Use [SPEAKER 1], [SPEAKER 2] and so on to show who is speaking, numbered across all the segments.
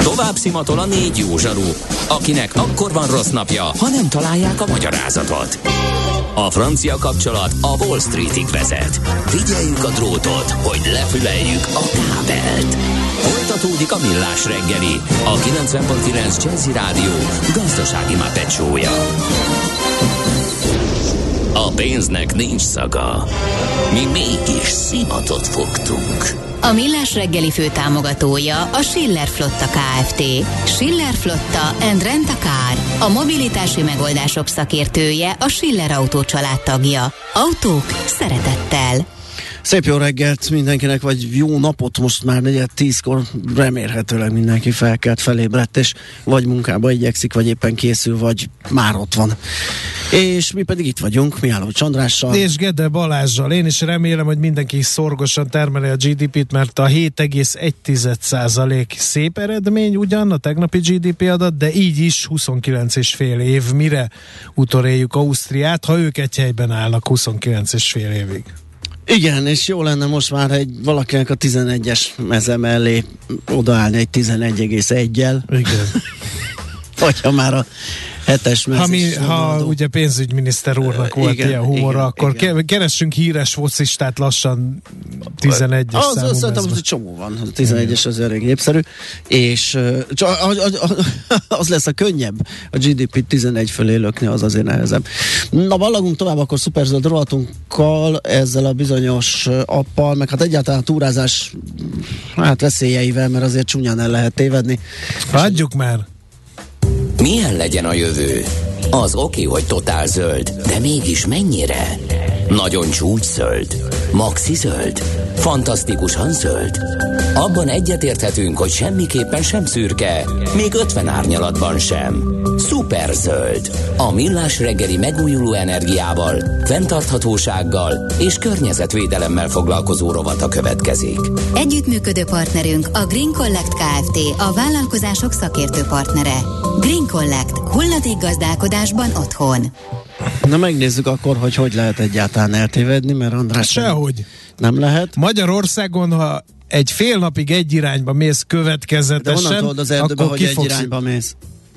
[SPEAKER 1] Tovább szimatol a 4 jó zsaru, akinek akkor van rossz napja, ha nem találják a magyarázatot. A francia kapcsolat a Wall Streetig vezet. Figyeljük a drótot, hogy lefüleljük a kábelt. Folytatódik a Millás reggeli, a 90.9 Jazzy Rádió gazdasági mápecsója. A pénznek nincs szaga. Mi mégis szimatot fogtunk.
[SPEAKER 2] A Millás reggeli főtámogatója a Schiller Flotta Kft. Schiller Flotta and Rent a Car. A mobilitási megoldások szakértője, a Schiller Autó család tagja. Autók szeretettel.
[SPEAKER 3] Szép jó reggelt mindenkinek, vagy jó napot, most már 9:10-kor remélhetőleg mindenki felkelt, felébredt, és vagy munkába igyekszik, vagy éppen készül, vagy már ott van. És mi pedig itt vagyunk, Mihálovics Andrással.
[SPEAKER 4] És Gede Balázsral. Én is remélem, hogy mindenki szorgosan termeli a GDP-t, mert a 7,1% szép eredmény ugyan, a tegnapi GDP adat, de így is 29,5 év, mire utoréljük Ausztriát, ha ők egy helyben állnak 29,5 évig.
[SPEAKER 3] Igen, és jó lenne most már valakinek a 11-es meze mellé odaállni egy 11,1-jel. Igen. Hogyha már a 7-es mez
[SPEAKER 4] ha ugye pénzügyminiszter úrnak volt igen, ilyen humora, akkor keressünk híres focistát lassan 11-es számú
[SPEAKER 3] szerintem az egy csomó van, a 11-es az elég népszerű, és az lesz a könnyebb, a GDP 11 fölé lökni, az azért nehezebb. Na, ballagunk tovább akkor szuperzöld rovatunkkal, ezzel a bizonyos appal, meg hát egyáltalán túrázás veszélyeivel, mert azért csúnyán el lehet tévedni.
[SPEAKER 4] Hagyjuk már!
[SPEAKER 1] Milyen legyen a jövő? Az oké, hogy totál zöld, de mégis mennyire? Nagyon csúcs zöld? Maxi zöld? Fantasztikusan zöld? Abban egyetérthetünk, hogy semmiképpen sem szürke, még 50 árnyalatban sem. Szuper zöld. A Millás reggeli megújuló energiával, fenntarthatósággal és környezetvédelemmel foglalkozó rovata következik.
[SPEAKER 2] Együttműködő partnerünk a Green Collect Kft. A vállalkozások szakértő partnere. Green Collect. Hulladékgazdálkodásban otthon.
[SPEAKER 3] Na, megnézzük akkor, hogy lehet egyáltalán eltévedni, mert András...
[SPEAKER 4] Sehogy.
[SPEAKER 3] Nem lehet.
[SPEAKER 4] Magyarországon, ha egy fél napig egy irányba mész következetesen,
[SPEAKER 3] de honnan tudod az erdőbe, hogy egy irányba mész?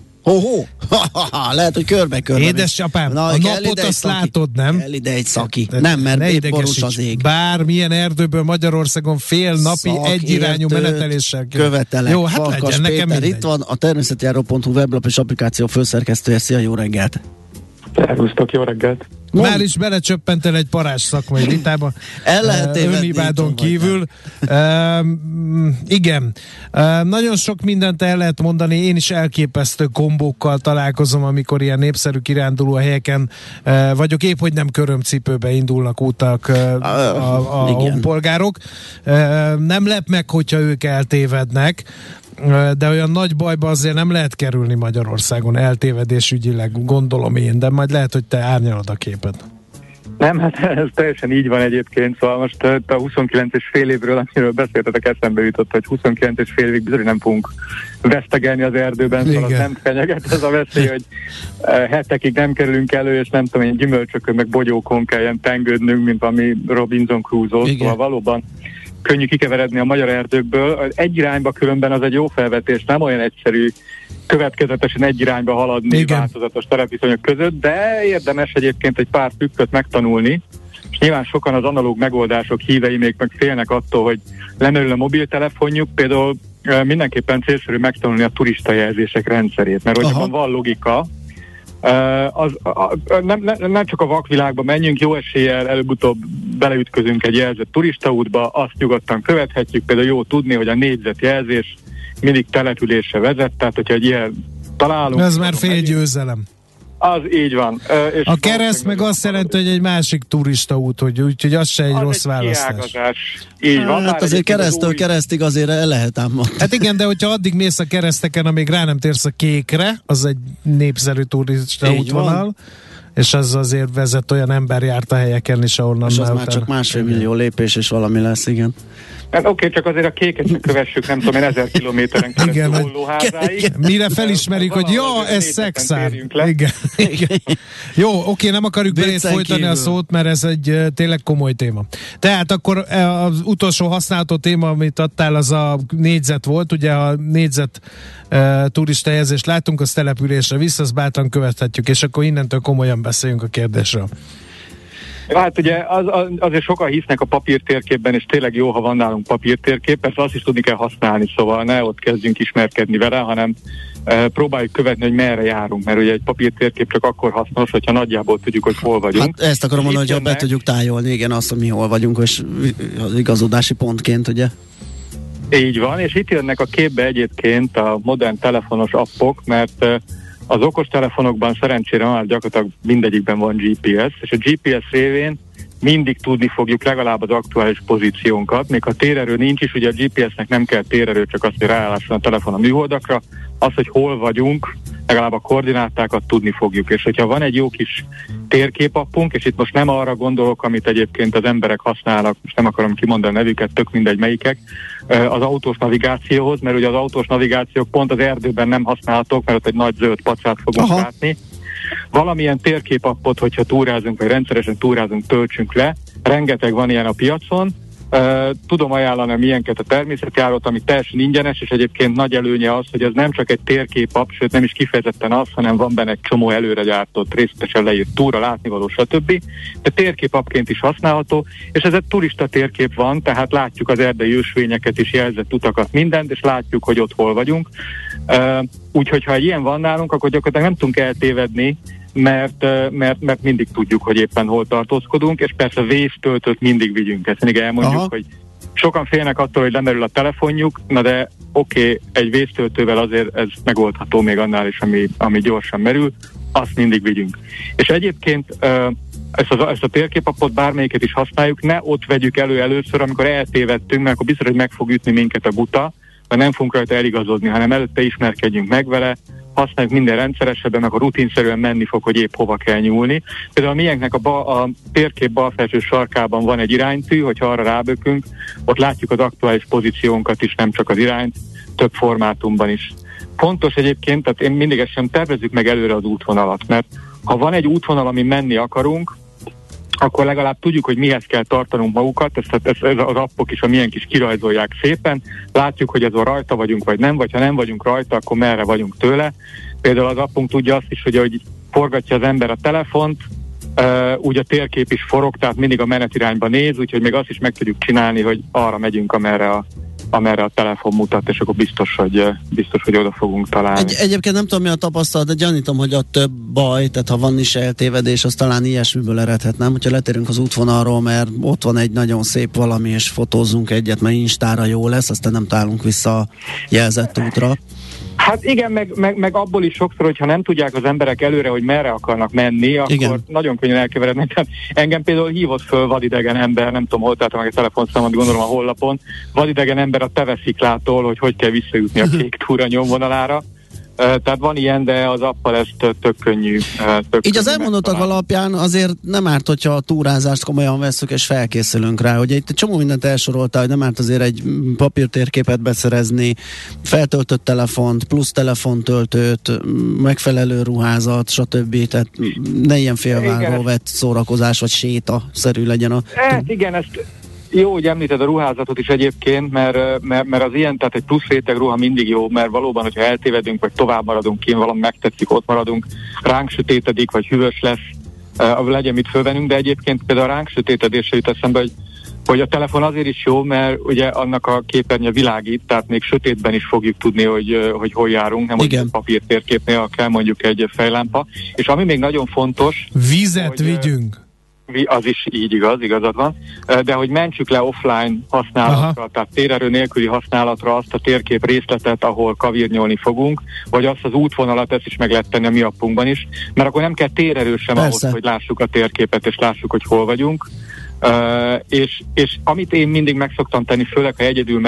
[SPEAKER 3] Lehet, hogy körbe-körbe.
[SPEAKER 4] Édesapám, a napot azt látod, nem?
[SPEAKER 3] Kell ide egy szaki. Nem, mert épp borús az ég.
[SPEAKER 4] Bármilyen erdőből Magyarországon fél napi egyirányú meneteléssel.
[SPEAKER 3] Követelek.
[SPEAKER 4] Jó, hát
[SPEAKER 3] Farkas
[SPEAKER 4] legyen, nekem
[SPEAKER 3] Péter
[SPEAKER 4] mindegy.
[SPEAKER 3] itt van, a természetjáró.hu weblap és applikáció főszerkesztője. Szia, jó reggelt!
[SPEAKER 5] Szervusztok, jó reggelt!
[SPEAKER 4] Már is belecsöppentél egy parázs szakmai vitába.
[SPEAKER 3] El lehet
[SPEAKER 4] önhibádon kívül. Igen. Nagyon sok mindent el lehet mondani. Én is elképesztő kombókkal találkozom, amikor ilyen népszerű kiránduló helyeken vagyok. Épp, hogy nem körömcipőbe indulnak utak a honpolgárok. Nem lep meg, hogyha ők eltévednek, de olyan nagy bajba azért nem lehet kerülni Magyarországon eltévedésügyileg, gondolom én, de majd lehet, hogy te árnyalod a képet.
[SPEAKER 5] Nem, hát ez teljesen így van egyébként, szóval most a 29 és fél évről, amiről beszéltetek, eszembe jutott, hogy 29 és fél évig bizony nem fogunk vesztegelni az erdőben, szóval az nem fenyeget ez a veszély, hogy hetekig nem kerülünk elő, és nem tudom én, gyümölcsökön meg bogyókon kelljen tengődnünk, mint ami Robinson Crusoe, szóval valóban könnyű kikeveredni a magyar erdőkből. Egy irányba különben az egy jó felvetés, nem olyan egyszerű következetesen egy irányba haladni változatos terepviszonyok között, de érdemes egyébként egy pár trükköt megtanulni, és nyilván sokan az analóg megoldások hívei még meg félnek attól, hogy lemerül a mobiltelefonjuk, például mindenképpen célszerű megtanulni a turistajelzések rendszerét, mert hogyha van logika, nem csak a vakvilágba menjünk, jó eséllyel előbb-utóbb beleütközünk egy jelzett turistaútba, azt nyugodtan követhetjük, például jó tudni, hogy a négyzetjelzés mindig településre vezet, tehát hogyha egy ilyen találunk...
[SPEAKER 4] Ez már fél győzelem.
[SPEAKER 5] Az így van. És
[SPEAKER 4] a kereszt meg azt jelenti, hogy egy másik turistaút, úgyhogy az se egy rossz választás.
[SPEAKER 5] Így van.
[SPEAKER 3] Hát azért keresztől keresztig azért el lehet ám mondani.
[SPEAKER 4] Hát igen, de hogyha addig mész a kereszteken, amíg rá nem térsz a kékre, az egy népszerű turista útvonal, és az azért vezet, olyan ember járt a helyeken is, ahonnan
[SPEAKER 3] és az már csak 1,5 millió lépés, és valami lesz, igen.
[SPEAKER 5] Hát oké, csak azért a kéket sem kövessük, nem tudom én, 1000 kilométeren keresztül Hollóházáig.
[SPEAKER 4] Mire felismerik, hogy ja, ez szexár. Igen. Jó, oké, nem akarjuk belét folytani a szót, mert ez egy tényleg komoly téma. Tehát akkor az utolsó használható téma, amit adtál, az a négyzet volt, ugye a négyzet turista helyezést látunk, az településre vissza, azt bátran követhetjük, és akkor innentől komolyan beszéljünk a kérdésről.
[SPEAKER 5] Hát ugye azért sokan hisznek a papírtérképben, és tényleg jó, ha van nálunk papírtérkép, persze azt is tudni kell használni, szóval ne ott kezdjünk ismerkedni vele, hanem próbáljuk követni, hogy merre járunk, mert ugye egy papírtérkép csak akkor hasznos, hogyha nagyjából tudjuk, hogy hol vagyunk.
[SPEAKER 3] Hát ezt akarom mondani, hogy be tudjuk tájolni, igen, azt, hogy mi hol vagyunk, és az igazodási pontként, ugye?
[SPEAKER 5] Így van, és itt jönnek a képbe egyébként a modern telefonos appok, mert az okostelefonokban szerencsére már gyakorlatilag mindegyikben van GPS, és a GPS révén mindig tudni fogjuk legalább az aktuális pozíciónkat, még ha térerő nincs is, ugye a GPS-nek nem kell térerő, csak azt, hogy ráállásson a telefon a műholdakra, az, hogy hol vagyunk, legalább a koordinátákat tudni fogjuk, és hogyha van egy jó kis térképappunk, és itt most nem arra gondolok, amit egyébként az emberek használnak, most nem akarom kimondani a nevüket, tök mindegy melyikek, az autós navigációhoz, mert ugye az autós navigációk pont az erdőben nem használhatók, mert ott egy nagy zöld pacát fogunk látni. Valamilyen térképappot, hogyha túrázunk, vagy rendszeresen túrázunk, töltsünk le, rengeteg van ilyen a piacon. Tudom ajánlani ilyenket a természetjárót, ami teljesen ingyenes, és egyébként nagy előnye az, hogy ez nem csak egy térképapp, sőt nem is kifejezetten az, hanem van benne egy csomó előre gyártott, részletesen leírt túra, látnivaló, stb. De térképapként is használható, és ez egy turista térkép van, tehát látjuk az erdei ösvényeket is, jelzett utakat, mindent, és látjuk, hogy ott hol vagyunk. Úgyhogy ha egy ilyen van nálunk, akkor gyakorlatilag nem tudunk eltévedni, mert mindig tudjuk, hogy éppen hol tartózkodunk, és persze vésztöltőt mindig vigyünk. Ezt mindig elmondjuk, hogy sokan félnek attól, hogy lemerül a telefonjuk, na de oké, egy vésztöltővel azért ez megoldható még annál is, ami gyorsan merül, azt mindig vigyünk. És egyébként ezt a térképappot bármelyiket is használjuk, ne ott vegyük elő először, amikor eltévedtünk, mert akkor biztos, hogy meg fog ütni minket a buta, mert nem fogunk rajta eligazodni, hanem előtte ismerkedjünk meg vele, használjuk minden rendszeresebben, akkor rutinszerűen menni fog, hogy épp hova kell nyúlni. Például a miénknek a térkép bal felső sarkában van egy iránytű, hogyha arra rábökünk, ott látjuk az aktuális pozíciónkat is, nem csak az irányt, több formátumban is. Fontos egyébként, tehát én mindig ezt sem tervezzük meg előre az útvonalat, mert ha van egy útvonal, ami menni akarunk, akkor legalább tudjuk, hogy mihez kell tartanunk magukat, ez az appok is, a miénk is kirajzolják szépen, látjuk, hogy azon rajta vagyunk, vagy nem, vagy ha nem vagyunk rajta, akkor merre vagyunk tőle. Például az appunk tudja azt is, hogy forgatja az ember a telefont, úgy a térkép is forog, tehát mindig a menetirányba néz, úgyhogy még azt is meg tudjuk csinálni, hogy arra megyünk, amerre a telefon mutat, és akkor biztos, hogy oda fogunk találni.
[SPEAKER 3] Egyébként nem tudom, mi a tapasztalat, de gyanítom, hogy a több baj, tehát ha van is eltévedés, az talán ilyesmiből eredhet, nem? Hogyha letérünk az útvonalról, mert ott van egy nagyon szép valami, és fotózzunk egyet, mert Instára jó lesz, aztán nem találunk vissza a jelzett útra.
[SPEAKER 5] Hát igen, meg abból is sokszor, hogyha nem tudják az emberek előre, hogy merre akarnak menni, akkor igen, nagyon könnyen elkeverednek. Tehát engem például hívott föl vadidegen ember, nem tudom, hol találtam meg a telefonszámot, gondolom a honlapon, vadidegen ember a Tevesziklától, hogy kell visszajutni a kék túra nyomvonalára. Tehát van ilyen, de az appal ez tök könnyű.
[SPEAKER 3] Így az elmondottak alapján azért nem árt, hogyha a túrázást komolyan vesszük és felkészülünk rá. Ugye itt egy csomó mindent elsoroltál, hogy nem árt azért egy papírtérképet beszerezni, feltöltött telefont, plusz telefontöltőt, megfelelő ruházat, stb. Tehát ne ilyen félváról vett szórakozás vagy séta-szerű legyen a...
[SPEAKER 5] Igen, ezt jó, hogy említed a ruházatot is egyébként, mert az ilyen, tehát egy plusz réteg ruha mindig jó, mert valóban, hogyha eltévedünk, vagy tovább maradunk ki, valami megtetszik, ott maradunk, ránk sötétedik, vagy hűvös lesz, legyen mit fölvenünk, de egyébként például a ránk sötétedésre jut eszembe, hogy a telefon azért is jó, mert ugye annak a képernyő világít, tehát még sötétben is fogjuk tudni, hogy hol járunk, nem hogy papírtérképnél kell mondjuk egy fejlámpa. És ami még nagyon fontos...
[SPEAKER 4] Vizet vigyünk!
[SPEAKER 5] Az is így igazad van, de hogy mentsük le offline használatra, tehát térerő nélküli használatra azt a térkép részletet, ahol kavirnyolni fogunk, vagy azt az útvonalat, ezt is meg lehet tenni a mi appunkban is, mert akkor nem kell térerő sem ahhoz, hogy lássuk a térképet, és lássuk, hogy hol vagyunk. És amit én mindig meg szoktam tenni, főleg ha egyedül megyek,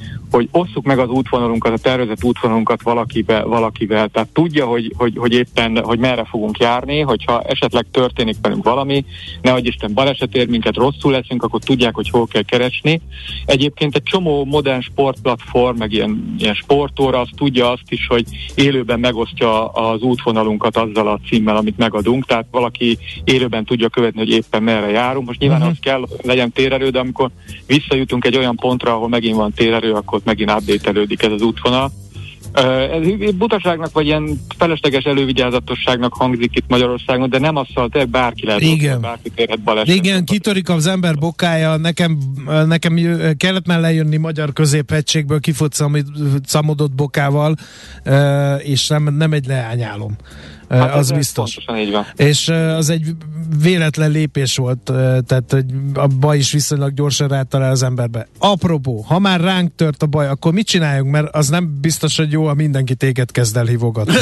[SPEAKER 5] osszuk meg az útvonalunkat, a tervezett útvonalunkat valakivel. Tehát tudja, hogy éppen, hogy merre fogunk járni, hogyha esetleg történik velünk valami, nehogy Isten baleset ér minket, rosszul leszünk, akkor tudják, hogy hol kell keresni. Egyébként egy csomó modern sportplatform, meg ilyen sportóra, az tudja azt is, hogy élőben megosztja az útvonalunkat azzal a címmel, amit megadunk, tehát valaki élőben tudja követni, hogy éppen merre járunk. Most nyilván az kell, legyen térerő, de amikor visszajutunk egy olyan pontra, ahol megint van térerő, akkor megint update-elődik ez az útvonal. Ez butaságnak, vagy ilyen felesleges elővigyázatosságnak hangzik itt Magyarországon, de nem azzal, hogy bárki lehet, bárki térhet baleset.
[SPEAKER 4] Igen, kitörik az ember bokája, nekem kellett már lejönni magyar középhegységből kifutszamodott bokával, és nem egy leányálom. Hát az biztos.
[SPEAKER 5] Így van.
[SPEAKER 4] És az egy véletlen lépés volt, tehát a baj is viszonylag gyorsan rátalál az emberbe. Apropó, ha már ránk tört a baj, akkor mit csináljunk, mert az nem biztos, hogy jó, ha mindenki téged kezd el hívogatni.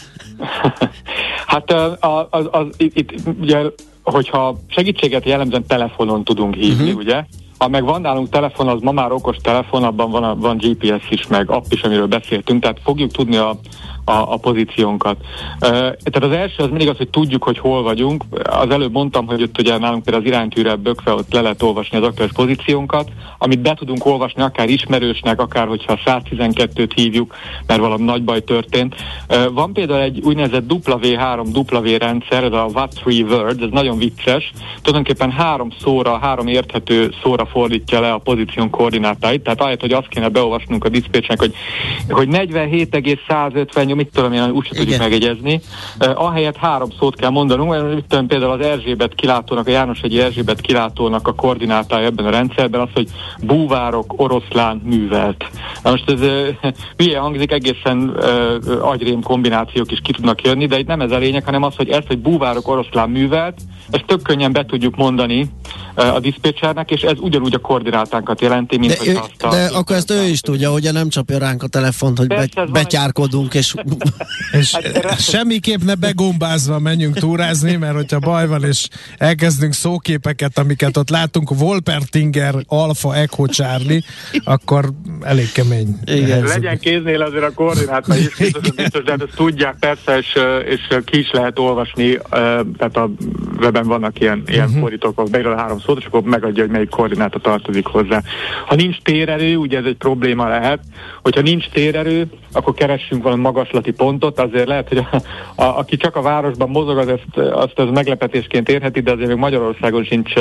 [SPEAKER 5] Hát itt ugye, hogyha segítséget jellemzően telefonon tudunk hívni, ugye? Ha meg van nálunk telefon, az ma már okos telefon, abban van GPS is, meg app is, amiről beszéltünk, tehát fogjuk tudni a pozíciónkat. Tehát az első az mindig az, hogy tudjuk, hogy hol vagyunk. Az előbb mondtam, hogy ott ugye nálunk például az iránytűre bökve, ott le lehet olvasni az aktuális pozíciónkat, amit be tudunk olvasni akár ismerősnek, akár hogyha 112-t hívjuk, mert valami nagy baj történt. Van például egy úgynevezett W3W rendszer, ez a What 3 Words, ez nagyon vicces. Tulajdonképpen 3 érthető szóra fordítja le a pozíción koordinátáit, tehát ahelyett, hogy azt kéne beolvasnunk a diszpécsnek, hogy 47,150, mit tudom én, úgyse tudjuk megjegyezni. Ahelyett 3 szót kell mondanunk, mert mit tudom, például az Erzsébet kilátónak, a Jánoshegyi Erzsébet kilátónak a koordinátája ebben a rendszerben az, hogy búvárok, oroszlán, művelt. Na most ez hülye hangzik, egészen agyrém kombinációk is ki tudnak jönni, de itt nem ez a lényeg, hanem az, hogy ezt, hogy búvárok, oroszlán, művelt, ezt tök könnyen be tudjuk mondani a diszpécsernek, és ez ugyanúgy a koordinátánkat jelenti, mint hogy azt
[SPEAKER 3] de akkor ezt ő is tudja, hogy nem csapja ránk a telefont, hogy betyárkodunk, és
[SPEAKER 4] semmiképp ne begombázva menjünk túrázni, mert hogyha baj van, és elkezdünk szóképeket, amiket ott látunk, Wolpertinger, Alfa, Echo, Charlie, akkor elég kemény.
[SPEAKER 3] Igen.
[SPEAKER 5] Legyen kéznél azért a koordináta is, biztos, de ezt tudják persze, és ki is lehet olvasni, tehát a weben vannak ilyen fordítók, beírod a 3 szót, és akkor megadja, hogy melyik koordináta tartozik hozzá. Ha nincs térerő, ugye ez egy probléma lehet, hogyha nincs térerő, akkor keressünk valami magaslati pontot, azért lehet, hogy aki csak a városban mozog, azt ez meglepetésként érheti, de azért még Magyarországon sincs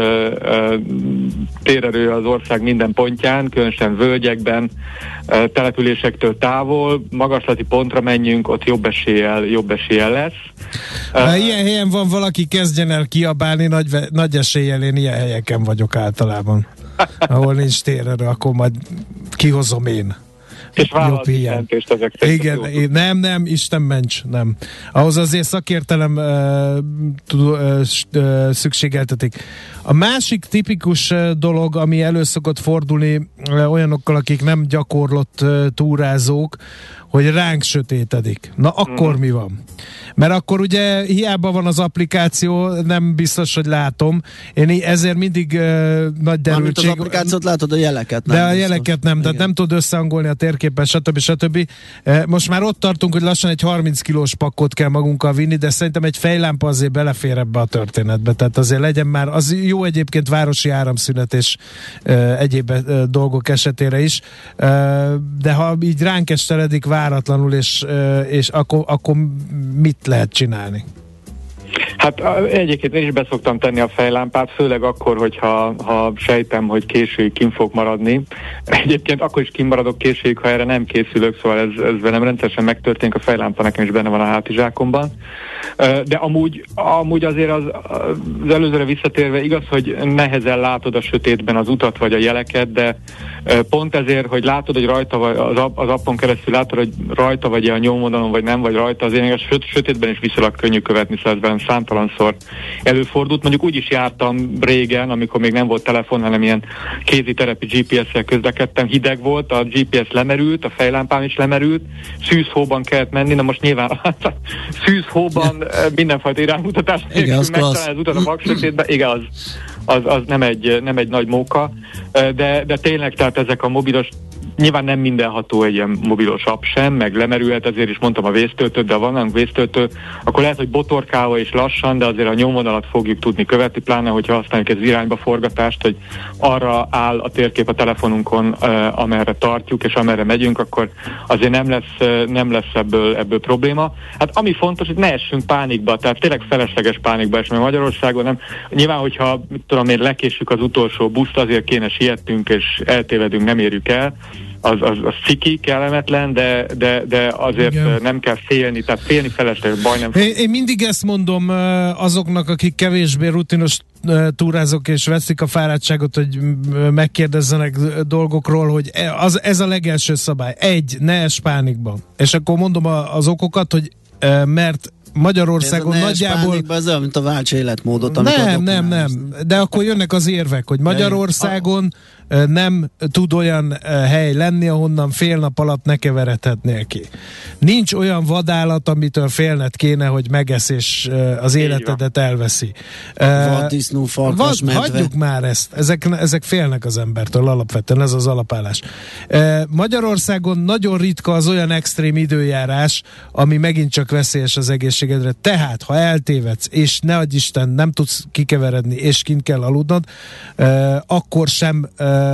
[SPEAKER 5] térerő az ország minden pontján, különösen völgyekben, településektől távol, magaslati pontra menjünk, ott jobb eséllyel lesz.
[SPEAKER 4] Ha ilyen helyen van valaki, kezdjen el kiabálni, nagy eséllyel én ilyen helyeken vagyok általában. Ahol nincs térerő, akkor majd kihozom én.
[SPEAKER 5] És vállalati jelentést ezek szerint.
[SPEAKER 4] Igen, nem, Isten ments, nem. Ahhoz azért szakértelem szükségeltetik. A másik tipikus dolog, ami elő szokott fordulni olyanokkal, akik nem gyakorlott túrázók, hogy ránk sötétedik. Na akkor mi van? Mert akkor ugye hiába van az applikáció, nem biztos, hogy látom. Én ezért mindig nagy derültség.
[SPEAKER 3] Az applikációt látod, a jeleket nem.
[SPEAKER 4] De a jeleket nem, tehát nem tudod összehangolni a térképen, stb. Most már ott tartunk, hogy lassan egy 30 kilós pakkot kell magunkkal vinni, de szerintem egy fejlámpa azért belefér ebbe a történetbe. Tehát azért legyen már, az jó egyébként városi áramszünet és egyéb dolgok esetére is, de ha így ránk esteledik váratlanul, és akkor mit lehet csinálni?
[SPEAKER 5] Hát egyébként én is beszoktam tenni a fejlámpát, főleg akkor, hogyha sejtem, hogy későig kint fog maradni. Egyébként akkor is kimaradok későig, ha erre nem készülök, szóval ez velem rendszeresen megtörténik, a fejlámpa nekem is benne van a hátizsákomban. De amúgy azért az előzőre visszatérve igaz, hogy nehezen látod a sötétben az utat vagy a jeleket, de pont ezért, hogy látod, hogy rajta vagy, az appon keresztül látod, hogy rajta vagy a nyomvonalon, vagy nem vagy rajta, azért még a sötétben is viszonylag könnyű követni, szóval ez velem számtalanszor előfordult. Mondjuk úgy is jártam régen, amikor még nem volt telefon, hanem ilyen kézi terepi GPS-szel közlekedtem, hideg volt, a GPS lemerült, a fejlámpám is lemerült, szűzhóban kellett menni, na most nyilván szűzhóban mindenfajta iránymutatás nélkül megtalálni az utat a vaksötétben, igen, az nem egy nagy móka, de tényleg, tehát ezek a mobilos Nyilván nem mindenható egy ilyen mobilos app sem, meg lemerülhet, ezért is mondtam a vésztöltőt, de ha van vésztöltő, akkor lehet, hogy botorkálva és lassan, de azért a nyomvonalat fogjuk tudni követni, pláne, hogyha használjuk ez irányba forgatást, hogy arra áll a térkép a telefonunkon, amerre tartjuk és amerre megyünk, akkor azért nem lesz ebből probléma. Hát ami fontos, hogy ne essünk pánikba, tehát tényleg felesleges pánikba esni, mert Magyarországon nem. Nyilván, hogyha lekéssük az utolsó buszt, azért kéne sietnünk és eltévedünk, nem érjük el, az ciki, kellemetlen, de azért igen, nem kell félni, tehát félni felesleges, baj nem.
[SPEAKER 4] Én mindig ezt mondom azoknak, akik kevésbé rutinos túrázók és veszik a fáradtságot, hogy megkérdezzenek dolgokról, hogy ez a legelső szabály. 1, ne ess pánikba. És akkor mondom az okokat, hogy mert Magyarországon nagyjából...
[SPEAKER 3] Ez olyan, mint a válts életmódot.
[SPEAKER 4] Nem. De akkor jönnek az érvek, hogy Magyarországon nem tud olyan hely lenni, ahonnan fél nap alatt ne keveredhetnél ki. Nincs olyan vadállat, amitől félned kéne, hogy megesz és az életedet elveszi.
[SPEAKER 3] Vaddisznó, farkas, medve.
[SPEAKER 4] Hagyjuk már ezt. Ezek félnek az embertől alapvetően, ez az alapállás. Magyarországon nagyon ritka az olyan extrém időjárás, ami megint csak veszélyes az egészségedre. Tehát, ha eltévedsz, és ne adj Isten, nem tudsz kikeveredni, és kint kell aludnod, akkor sem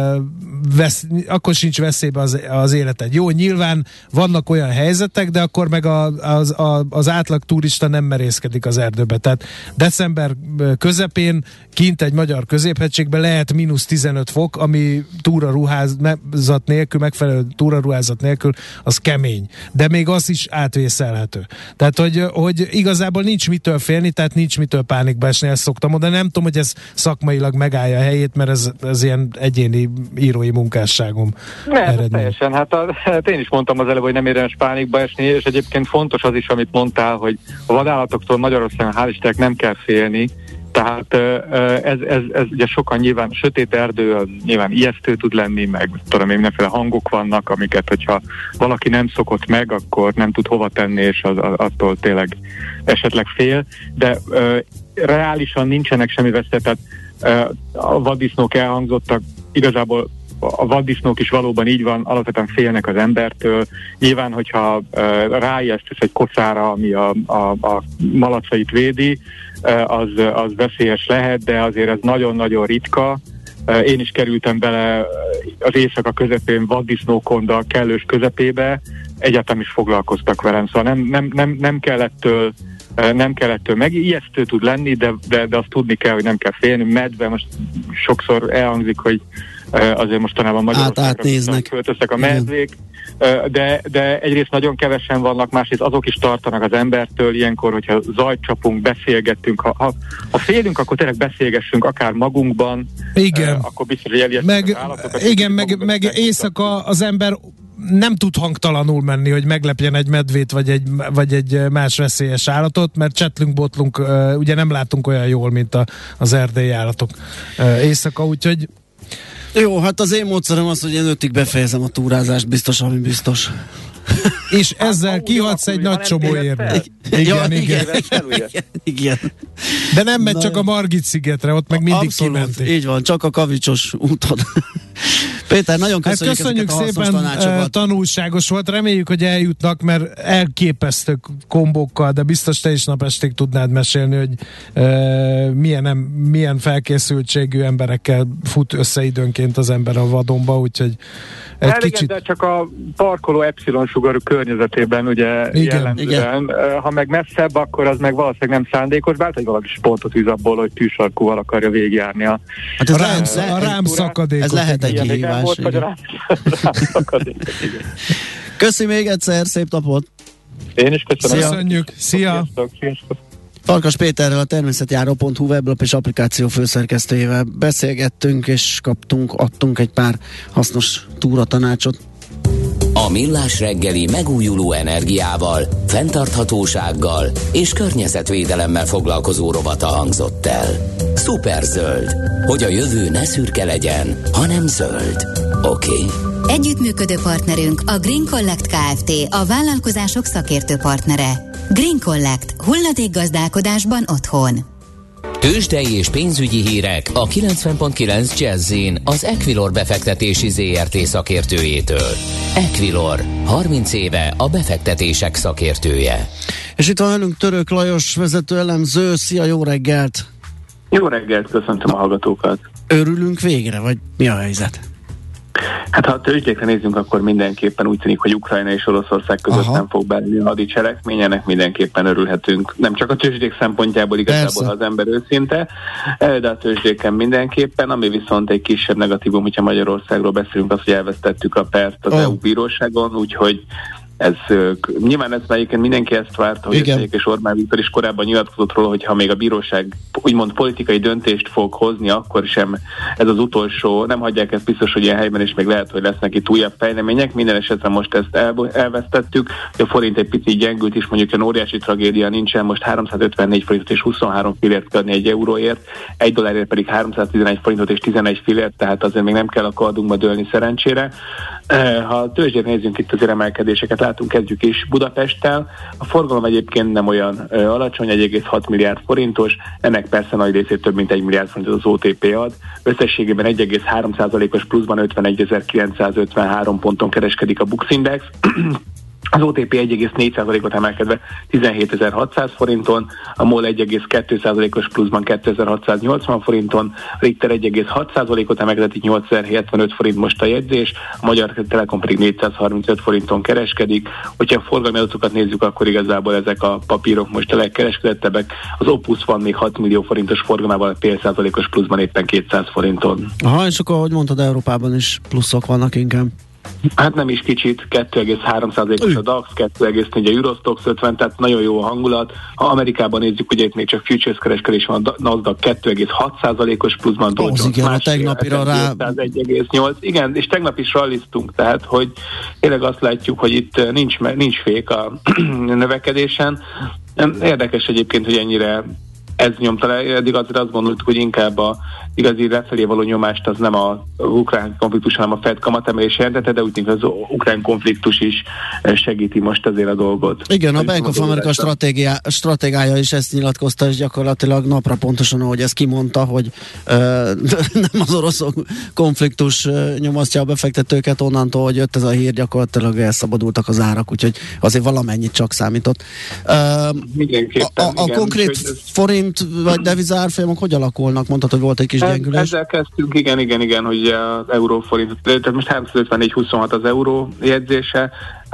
[SPEAKER 4] akkor sincs veszélybe az életed. Jó, nyilván vannak olyan helyzetek, de akkor meg az átlag turista nem merészkedik az erdőbe. Tehát december közepén kint egy magyar középhegységben lehet -15 fok, ami túraruházat nélkül, megfelelő túraruházat nélkül, az kemény. De még az is átvészelhető. Tehát, hogy igazából nincs mitől félni, tehát nincs mitől pánikba esni, ezt szoktam mondani. Nem tudom, hogy ez szakmailag megállja a helyét, mert ez ilyen egyéni írói munkásságom eredmény.
[SPEAKER 5] Teljesen. Hát én is mondtam az előbb, hogy nem érdemes pánikba esni, és egyébként fontos az is, amit mondtál, hogy a vadállatoktól Magyarországon hál' Istennek nem kell félni, tehát ez ugye sokan nyilván, sötét erdő az nyilván ijesztő tud lenni, meg tudom én, mindenféle hangok vannak, amiket, hogyha valaki nem szokott meg, akkor nem tud hova tenni, és attól tényleg esetleg fél, de reálisan nincsenek semmi veszély, tehát a vaddisznók elhangzottak, igazából a vaddisznók is valóban így van, alapvetően félnek az embertől. Nyilván, hogyha ráijesztesz egy kocára, ami a malacait védi, az veszélyes lehet, de azért ez nagyon-nagyon ritka. Én is kerültem bele az éjszaka közepén vaddisznókon, de a kellős közepébe, egyáltalán is foglalkoztak velem, szóval nem kell ettől meg, ijesztő tud lenni, de azt tudni kell, hogy nem kell félni. Medve, most sokszor elhangzik, hogy azért mostanában Magyarországon költöztek a medvék, de egyrészt nagyon kevesen vannak, másrészt azok is tartanak az embertől, ilyenkor, hogyha zajt csapunk, beszélgettünk, ha félünk, akkor tényleg beszélgessünk akár magunkban,
[SPEAKER 4] igen.
[SPEAKER 5] Akkor biztos, hogy elijesztünk az állatokat.
[SPEAKER 4] Igen, meg éjszaka az ember nem tud hangtalanul menni, hogy meglepjen egy medvét, vagy egy más veszélyes állatot, mert csetlünk-botlunk, ugye nem látunk olyan jól, mint az erdélyi állatok éjszaka, úgyhogy
[SPEAKER 3] jó, hát az én módszerem az, hogy én 5-ig befejezem a túrázást, biztos, ami biztos.
[SPEAKER 4] És ezzel kihatsz egy nagy csomó érve.
[SPEAKER 3] Igen.
[SPEAKER 4] De nem megy csak a Margit-szigetre, ott meg mindig kimenték.
[SPEAKER 3] Így van, csak a Kavicsos úton. Péter, nagyon köszönjük
[SPEAKER 4] szépen, tanulságos volt, reméljük, hogy eljutnak, mert elképesztő kombókkal, de biztos te is napestig tudnád mesélni, hogy milyen felkészültségű emberekkel fut össze időnként az ember a vadonba, úgyhogy kicsit...
[SPEAKER 5] De csak a parkoló epsilon-sugarú környezetében ugye jellemzően, ha meg messzebb, akkor az meg valószínűleg nem szándékos, bár hogy valaki pontot űz abból, hogy tűsarkúval akarja végigjárni a
[SPEAKER 4] rám szakadékot.
[SPEAKER 3] Ez lehet egy kihívás. Köszi még egyszer, szép napot!
[SPEAKER 5] Én is köszönöm.
[SPEAKER 4] Köszönjük, szia!
[SPEAKER 3] Farkas Péterrel, a természetjáró.hu weblap és applikáció főszerkesztőjével beszélgettünk, és adtunk egy pár hasznos túratanácsot.
[SPEAKER 1] A Millás reggeli megújuló energiával, fenntarthatósággal és környezetvédelemmel foglalkozó rovata hangzott el. Szuperzöld, hogy a jövő ne szürke legyen, hanem zöld. Oké?
[SPEAKER 2] Együttműködő partnerünk a Green Collect Kft., a vállalkozások szakértő partnere. Green Collect. Hulladékgazdálkodásban otthon.
[SPEAKER 1] Tőzsdei és pénzügyi hírek a 90.9 Jazz-in az Equilor befektetési ZRT szakértőjétől. Equilor, 30 éve a befektetések szakértője.
[SPEAKER 3] És itt van velünk Török Lajos vezető elemző. Szia, jó reggelt!
[SPEAKER 6] Jó reggelt, köszöntöm a hallgatókat!
[SPEAKER 3] Örülünk végre, vagy mi a helyzet?
[SPEAKER 6] Hát ha a tőzsdékre nézzünk, akkor mindenképpen úgy tűnik, hogy Ukrajna és Oroszország között nem fog beállni a hadicselekmény, ennek mindenképpen örülhetünk. Nem csak a tőzsdék szempontjából igazából, ha az ember őszinte, de a tőzsdéken mindenképpen, ami viszont egy kisebb negatívum, hogyha Magyarországról beszélünk, az, hogy elvesztettük a pert az EU bíróságon, úgyhogy nyilván ez melyiken mindenki ezt várta, hogy Ötszegyek és Orbán Viktor is korábban nyilatkozott róla, hogy ha még a bíróság úgymond politikai döntést fog hozni, akkor sem ez az utolsó, nem hagyják ezt biztos, hogy ilyen helyben is még lehet, hogy lesznek itt újabb fejlemények. Minden esetre most ezt elvesztettük, a forint egy picit gyengült is, mondjuk olyan óriási tragédia nincsen, most 354 forintot és 23 fillért kell adni egy euróért, egy dollárért pedig 311 forintot és 11 fillért, tehát azért még nem kell a kardunkba dőlni szerencsére. Ha a tőzsdét nézzünk, itt azért emelkedéseket látunk, kezdjük is Budapesttel. A forgalom egyébként nem olyan alacsony, 1,6 milliárd forintos, ennek persze nagy részét több mint 1 milliárd forintot az OTP ad. Összességében 1,3%-os pluszban 51.953 ponton kereskedik a Bux Index. Az OTP 1,4%-ot emelkedve 17.600 forinton, a MOL 1,2%-os pluszban 2.680 forinton, Richter 1,6%-ot emelkedett, itt 8.075 forint most a jegyzés, a Magyar Telekom pedig 435 forinton kereskedik. Hogyha a forgalmi adatokat nézzük, akkor igazából ezek a papírok most a legkereskedettebbek. Az Opus van még 6 millió forintos forgalmával, fél százalékos pluszban éppen 200 forinton.
[SPEAKER 3] Aha, és akkor, ahogy mondtad, Európában is pluszok vannak inkább.
[SPEAKER 6] Hát nem is kicsit, 2,3%-os a DAX, 2,4 a Eurostoxx 50, tehát nagyon jó a hangulat. Ha Amerikában nézzük, ugye itt még csak futures kereskedés van, a Nasdaq 2,6%-os pluszban, Dow Jones
[SPEAKER 3] másfél, rá
[SPEAKER 6] 1,8. Igen, és tegnap is ralliztunk, tehát hogy tényleg azt látjuk, hogy itt nincs fék a növekedésen. Érdekes egyébként, hogy ennyire ez nyomta le, eddig azért azt gondoltuk, hogy inkább a igazi lefelé való nyomást az nem az ukrán konfliktus, hanem a Fed kamatemelés jelentette, de úgy tűnik, az ukrán konfliktus is segíti most azért a dolgot.
[SPEAKER 3] Igen, a Bank of America stratégája is ezt nyilatkozta, és gyakorlatilag napra pontosan, ahogy ezt kimondta, hogy nem az orosz konfliktus nyomasztja a befektetőket, onnantól, hogy jött ez a hír, gyakorlatilag elszabadultak az árak, úgyhogy azért valamennyit csak számított.
[SPEAKER 6] Mindenképpen.
[SPEAKER 3] A konkrét forint vagy deviza árfolyamok hogy alakulnak? Mondtad, hogy volt egy kis gyengülés.
[SPEAKER 6] Ezzel kezdtünk, igen, hogy az euróforint, tehát most 354,26 az euró jegyzése,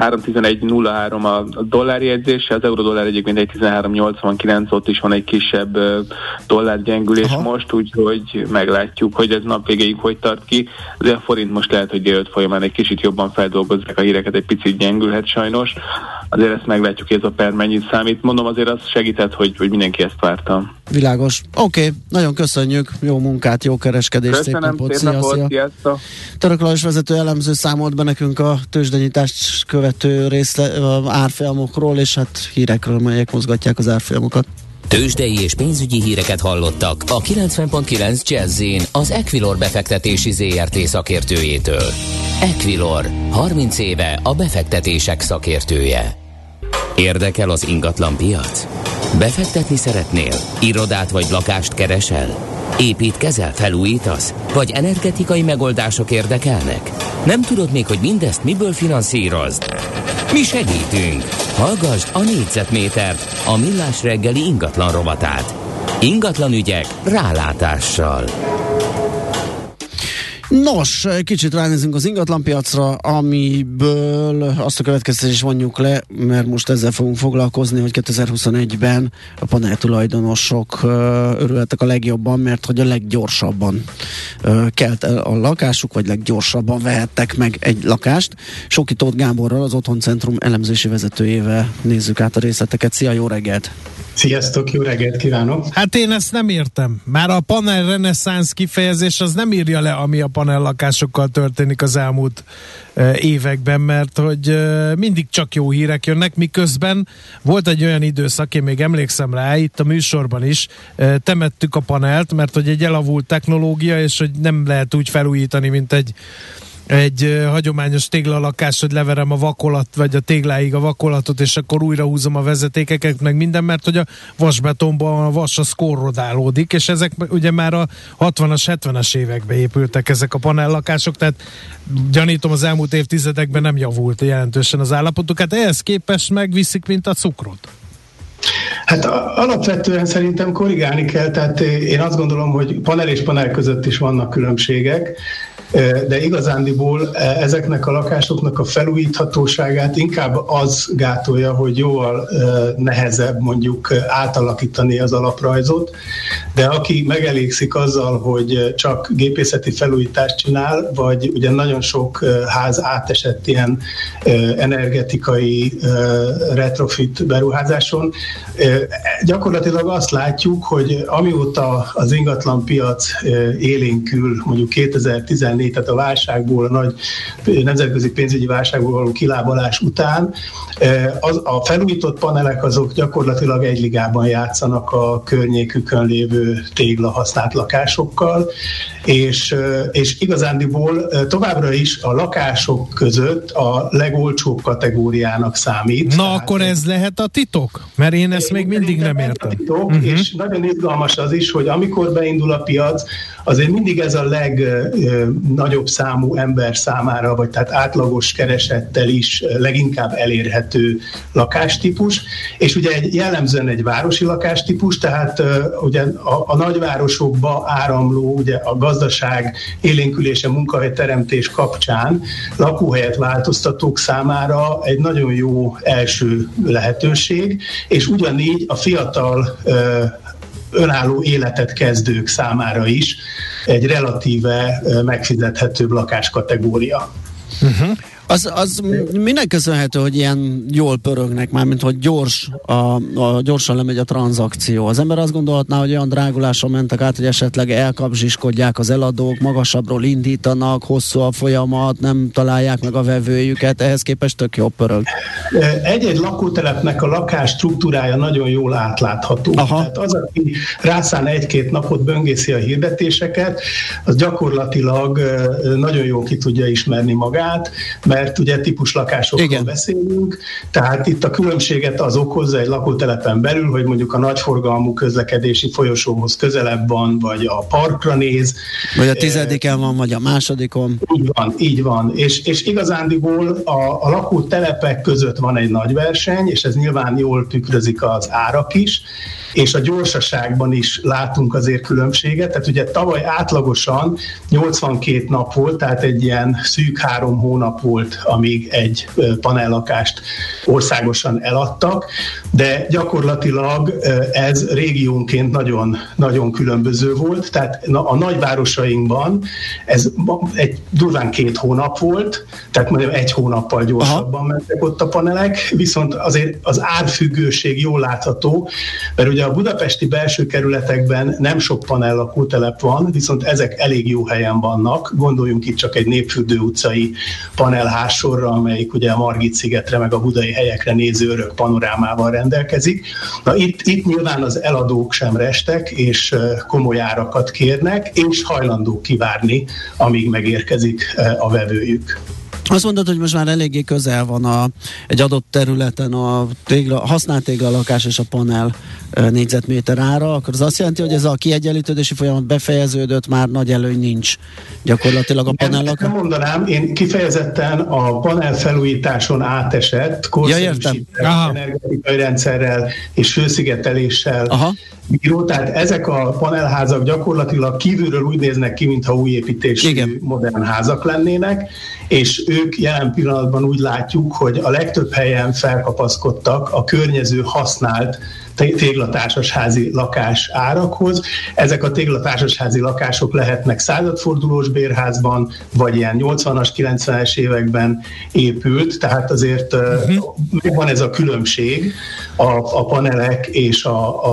[SPEAKER 6] 311,03 a dollár jegyzése, az euró-dollár egyébként egy 13,89, ott is van egy kisebb dollárgyengülés most, úgyhogy meglátjuk, hogy ez nap végéig hogy tart ki. Azért a forint most lehet, hogy délután folyamán egy kicsit jobban feldolgozzák a híreket, egy picit gyengülhet sajnos. Azért ezt meglátjuk, hogy ez a per mennyit számít. Mondom, azért az segített, hogy mindenki ezt várta.
[SPEAKER 3] Világos. Oké, nagyon köszönjük, jó munkát, jó kereskedést, szép napot, szia. Török Lajos vezető elemző számolt be nekünk a tőzsdenyítást követő árfolyamokról, és hát hírekről, melyek mozgatják az árfolyamokat.
[SPEAKER 1] Tőzsdei és pénzügyi híreket hallottak a 90.9 Jazz-in az Equilor befektetési ZRT szakértőjétől. Equilor, 30 éve a befektetések szakértője. Érdekel az ingatlan piac? Befektetni szeretnél? Irodát vagy lakást keresel? Építkezel, felújítasz? Vagy energetikai megoldások érdekelnek? Nem tudod még, hogy mindezt miből finanszírozd? Mi segítünk! Hallgasd a Négyzetmétert, a Millás reggeli ingatlan rovatát. Ingatlan ügyek rálátással.
[SPEAKER 3] Nos, kicsit ránézünk az ingatlanpiacra, amiből azt a következtetést vonjuk le, mert most ezzel fogunk foglalkozni, hogy 2021-ben a paneltulajdonosok örülhettek a legjobban, mert hogy a leggyorsabban kelt a lakásuk, vagy leggyorsabban vehettek meg egy lakást. Soki Tóth Gáborral, az Otthoncentrum elemzési vezetőjével nézzük át a részleteket. Szia, jó reggelt!
[SPEAKER 7] Sziasztok, jó reggelt kívánok!
[SPEAKER 4] Hát én ezt nem értem. Már a panel reneszánsz kifejezés az nem írja le, ami a panellakásokkal történik az elmúlt években, mert hogy mindig csak jó hírek jönnek, miközben volt egy olyan időszak, én még emlékszem rá, itt a műsorban is temettük a panelt, mert hogy egy elavult technológia, és hogy nem lehet úgy felújítani, mint egy egy hagyományos téglalakás, hogy leverem a vakolat, vagy a tégláig a vakolatot, és akkor újra húzom a vezetékeket, meg minden, mert hogy a vasbetonban a vas az korrodálódik, és ezek ugye már a 60-as, 70-es években épültek ezek a panellakások, tehát gyanítom az elmúlt évtizedekben nem javult jelentősen az állapotuk, hát ehhez képest megviszik, mint a cukrot.
[SPEAKER 7] Hát alapvetően szerintem korrigálni kell, tehát én azt gondolom, hogy panel és panel között is vannak különbségek, de igazándiból ezeknek a lakásoknak a felújíthatóságát inkább az gátolja, hogy jóval nehezebb mondjuk átalakítani az alaprajzot, de aki megelégszik azzal, hogy csak gépészeti felújítást csinál, vagy ugye nagyon sok ház átesett ilyen energetikai retrofit beruházáson, gyakorlatilag azt látjuk, hogy amióta az ingatlanpiac élénkül, mondjuk 2014, tehát a válságból, a nagy nemzetközi pénzügyi válságból való kilábalás után, a felújított panelek azok gyakorlatilag egy ligában játszanak a környékükön lévő tégla használt lakásokkal, és igazándiból továbbra is a lakások között a legolcsóbb kategóriának számít.
[SPEAKER 4] Na akkor ez lehet a titok? Mert én ezt még mindig nem értem.
[SPEAKER 7] És nagyon izgalmas az is, hogy amikor beindul a piac, azért mindig ez a legnagyobb számú ember számára, vagy tehát átlagos keresettel is leginkább elérhető lakástípus, és ugye jellemzően egy városi lakástípus, tehát ugye a nagyvárosokba áramló, ugye a gazdaság élénkülése, munkahelyteremtés kapcsán lakóhelyet változtatók számára egy nagyon jó első lehetőség, és ugyanígy a fiatal önálló életet kezdők számára is egy relatíve megfizethetőbb lakáskategória.
[SPEAKER 3] Uh-huh. Az minek köszönhető, hogy ilyen jól pörögnek, mármint hogy gyorsan lemegy a tranzakció. Az ember azt gondolhatná, hogy olyan drágulásra mentek át, hogy esetleg elkapzsiskodják az eladók, magasabbról indítanak, hosszú a folyamat, nem találják meg a vevőjüket, ehhez képest tök jobb pörög.
[SPEAKER 7] Egy-egy lakótelepnek a lakás struktúrája nagyon jól átlátható. Aha. Tehát az, aki rászán egy-két napot böngészi a hirdetéseket, az gyakorlatilag nagyon jól ki tudja ismerni magát, mert ugye típuslakásokról beszélünk, tehát itt a különbséget az okozza egy lakótelepen belül, hogy mondjuk a nagyforgalmú közlekedési folyosóhoz közelebb van, vagy a parkra néz.
[SPEAKER 3] Vagy a 10-en van, vagy a másodikon.
[SPEAKER 7] Így van. És igazándiból a lakótelepek között van egy nagy verseny, és ez nyilván jól tükrözik az árak is, és a gyorsaságban is látunk azért különbséget, tehát ugye tavaly átlagosan 82 nap volt, tehát egy ilyen szűk 3 hónap volt, amíg egy panellakást országosan eladtak, de gyakorlatilag ez régiónként nagyon, nagyon különböző volt, tehát a nagyvárosainkban ez egy durván 2 hónap volt, tehát mondjuk 1 hónappal gyorsabban mentek ott a panelek, viszont azért az árfüggőség jól látható, mert ugye a budapesti belső kerületekben nem sok panel lakótelep van, viszont ezek elég jó helyen vannak. Gondoljunk itt csak egy Népfürdő utcai panelházsorra, amelyik ugye a Margit-szigetre meg a budai helyekre néző örök panorámával rendelkezik. Na itt nyilván az eladók sem restek, és komoly árakat kérnek, és hajlandók kivárni, amíg megérkezik a vevőjük.
[SPEAKER 3] Azt mondod, hogy most már eléggé közel van egy adott területen a használt téglalakás és a panel négyzetméter ára, akkor az azt jelenti, hogy ez a kiegyenlítődési folyamat befejeződött, már nagy előny nincs gyakorlatilag a panellakás?
[SPEAKER 7] Nem mondanám, én kifejezetten a panel felújításon átesett, korszerűsített energetikai rendszerrel és főszigeteléssel bíró, tehát ezek a panelházak gyakorlatilag kívülről úgy néznek ki, mintha új építésű modern házak lennének, és ők jelen pillanatban úgy látjuk, hogy a legtöbb helyen felkapaszkodtak a környező használt téglatársasházi lakás árakhoz. Ezek a téglatársasházi lakások lehetnek századfordulós bérházban, vagy ilyen 80-as, 90-es években épült, tehát azért megvan ez a különbség a panelek és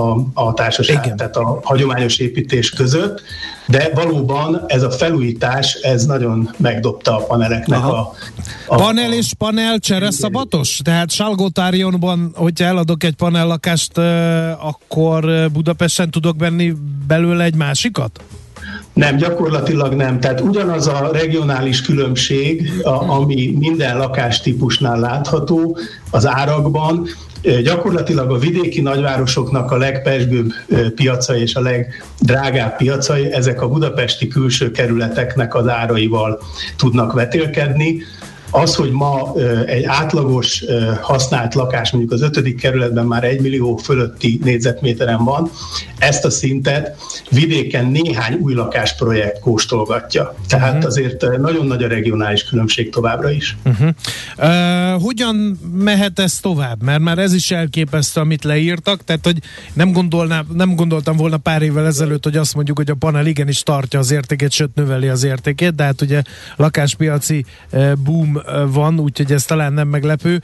[SPEAKER 7] a társaság, tehát a hagyományos építés között, de valóban ez a felújítás, ez nagyon megdobta a paneleknek a
[SPEAKER 4] panel és panel csereszabatos? Tehát Salgótarjónban, hogyha eladok egy panellakást, akkor Budapesten tudok venni belőle egy másikat?
[SPEAKER 7] Nem, gyakorlatilag nem. Tehát ugyanaz a regionális különbség, ami minden lakástípusnál látható az árakban, gyakorlatilag a vidéki nagyvárosoknak a legpezsgőbb piacai és a legdrágább piacai, ezek a budapesti külső kerületeknek az áraival tudnak vetélkedni. Az, hogy ma egy átlagos használt lakás mondjuk az 5. kerületben már 1 millió fölötti négyzetméteren van, ezt a szintet vidéken néhány új lakásprojekt kóstolgatja. Tehát azért nagyon nagy a regionális különbség továbbra is.
[SPEAKER 4] Hogyan mehet ez tovább? Mert már ez is elképesztő, amit leírtak, tehát hogy nem gondoltam volna pár évvel ezelőtt, hogy azt mondjuk, hogy a panel igenis tartja az értékét, sőt növeli az értékét, de hát ugye lakáspiaci boom van, úgyhogy ez talán nem meglepő,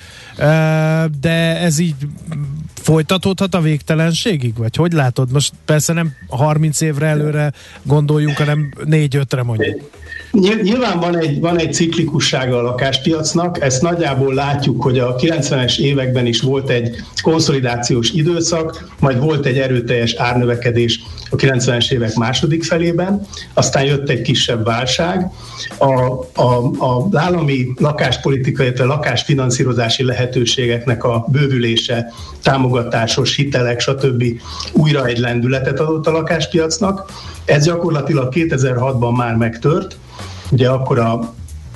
[SPEAKER 4] de ez így folytatódhat a végtelenségig? Vagy hogy látod? Most persze nem 30 évre előre gondoljunk, hanem 4-5-re mondjuk.
[SPEAKER 7] Nyilván van egy ciklikussága a lakáspiacnak, ezt nagyjából látjuk, hogy a 90-es években is volt egy konszolidációs időszak, majd volt egy erőteljes árnövekedés a 90-es évek második felében, aztán jött egy kisebb válság. Az állami lakáspolitikai, illetve lakásfinanszírozási lehetőségeknek a bővülése, támogatásos hitelek, stb. Újra egy lendületet adott a lakáspiacnak. Ez gyakorlatilag 2006-ban már megtört, ugye akkor a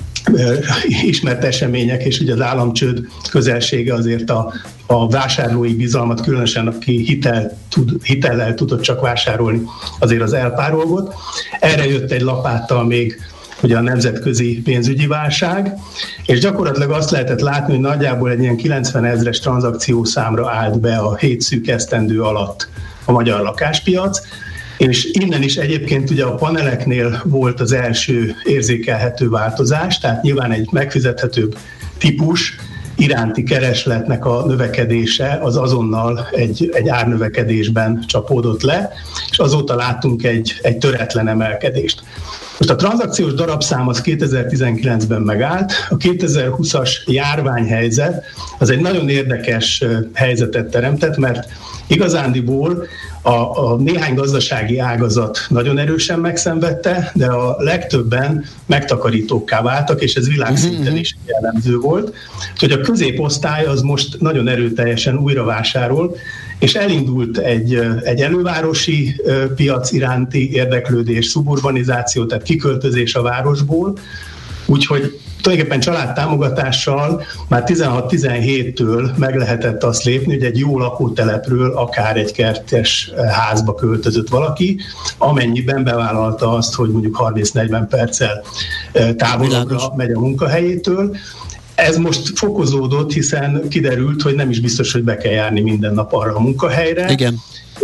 [SPEAKER 7] ismert események és ugye az államcsőd közelsége azért a vásárlói bizalmat, különösen aki hitellel tudott csak vásárolni, azért az elpárolgott. Erre jött egy lapáttal még ugye a nemzetközi pénzügyi válság, és gyakorlatilag azt lehetett látni, hogy nagyjából egy ilyen 90 000-es tranzakciószámra állt be a 7 szűk esztendő alatt a magyar lakáspiac, és innen is egyébként ugye a paneleknél volt az első érzékelhető változás, tehát nyilván egy megfizethetőbb típus iránti keresletnek a növekedése az azonnal egy árnövekedésben csapódott le, és azóta láttunk egy töretlen emelkedést. Most a tranzakciós darabszám az 2019-ben megállt, a 2020-as járványhelyzet az egy nagyon érdekes helyzetet teremtett, mert igazándiból a néhány gazdasági ágazat nagyon erősen megszenvedte, de a legtöbben megtakarítókká váltak, és ez világszinten is jellemző volt. Úgyhogy a középosztály az most nagyon erőteljesen újra vásárol, és elindult egy elővárosi piac iránti érdeklődés, szuburbanizáció, tehát kiköltözés a városból, úgyhogy tulajdonképpen családtámogatással már 16-17-től meg lehetett azt lépni, hogy egy jó lakótelepről akár egy kertes házba költözött valaki, amennyiben bevállalta azt, hogy mondjuk 30-40 perccel távolabbra megy a munkahelyétől. Ez most fokozódott, hiszen kiderült, hogy nem is biztos, hogy be kell járni minden nap arra a munkahelyre.
[SPEAKER 3] Igen.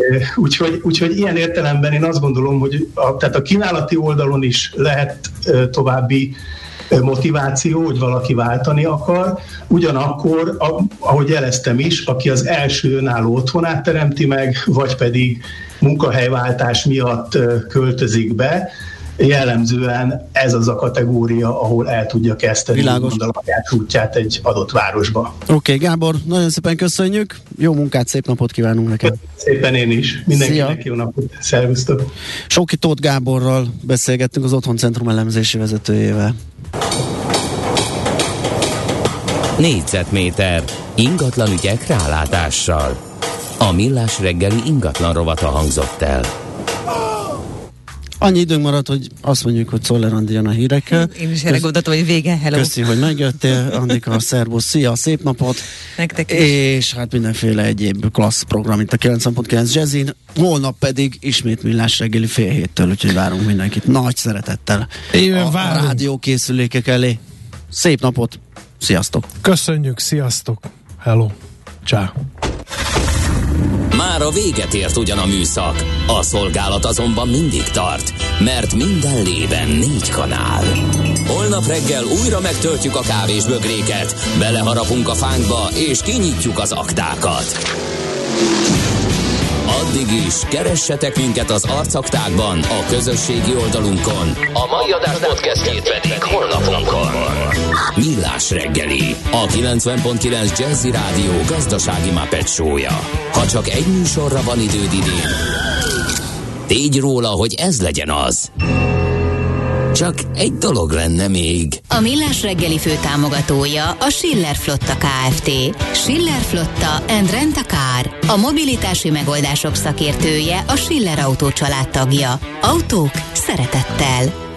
[SPEAKER 7] Úgyhogy ilyen értelemben én azt gondolom, hogy tehát a kínálati oldalon is lehet további motiváció, hogy valaki váltani akar. Ugyanakkor, ahogy jeleztem is, aki az első önálló otthonát teremti meg, vagy pedig munkahelyváltás miatt költözik be, jellemzően ez az a kategória, ahol el tudja kezdeni a lakásútját egy adott városba.
[SPEAKER 3] Oké, Gábor, nagyon szépen köszönjük, jó munkát, szép napot kívánunk neked.
[SPEAKER 7] Szépen én is, mindenkinek jó napot, szervusztok.
[SPEAKER 3] Soki Tóth Gáborral beszélgettünk, az Otthoncentrum elemzési vezetőjével.
[SPEAKER 1] Négyzetméter ingatlan ügyek rálátással. A Millás reggeli ingatlan rovata hangzott el.
[SPEAKER 3] Annyi időnk maradt, hogy azt mondjuk, hogy Czoller Andi jön a hírekkel.
[SPEAKER 8] Én is erre gondoltam, hogy vége, hello.
[SPEAKER 3] Köszi, hogy megjöttél, Andika, szervusz, szia, szép napot.
[SPEAKER 8] Nektek is.
[SPEAKER 3] És hát mindenféle egyéb klassz program itt a 90.9 Jazzin. Holnap pedig ismét Millás reggeli 6:30, úgyhogy várunk mindenkit nagy szeretettel a rádiókészülékek elé. Szép napot, sziasztok.
[SPEAKER 4] Köszönjük, sziasztok. Hello. Csá.
[SPEAKER 1] Már a véget ért ugyan a műszak, a szolgálat azonban mindig tart, mert minden lében 4 kanál. Holnap reggel újra megtöltjük a kávésbögréket, beleharapunk a fánkba és kinyitjuk az aktákat. Addig is keressetek minket az arcaktákban, a közösségi oldalunkon. A mai adás podcastjét pedig honlapunkon. Millás reggeli, a 90.9 Jazzy Rádió gazdasági Muppet show-ja. Ha csak egy műsorra van időd idén, Tégy róla, hogy ez legyen az. Csak egy dolog lenne még.
[SPEAKER 2] A Millás reggeli főtámogatója a Schiller Flotta Kft. Schiller Flotta and Rent a Car. A mobilitási megoldások szakértője, a Schiller Autó család tagja. Autók szeretettel.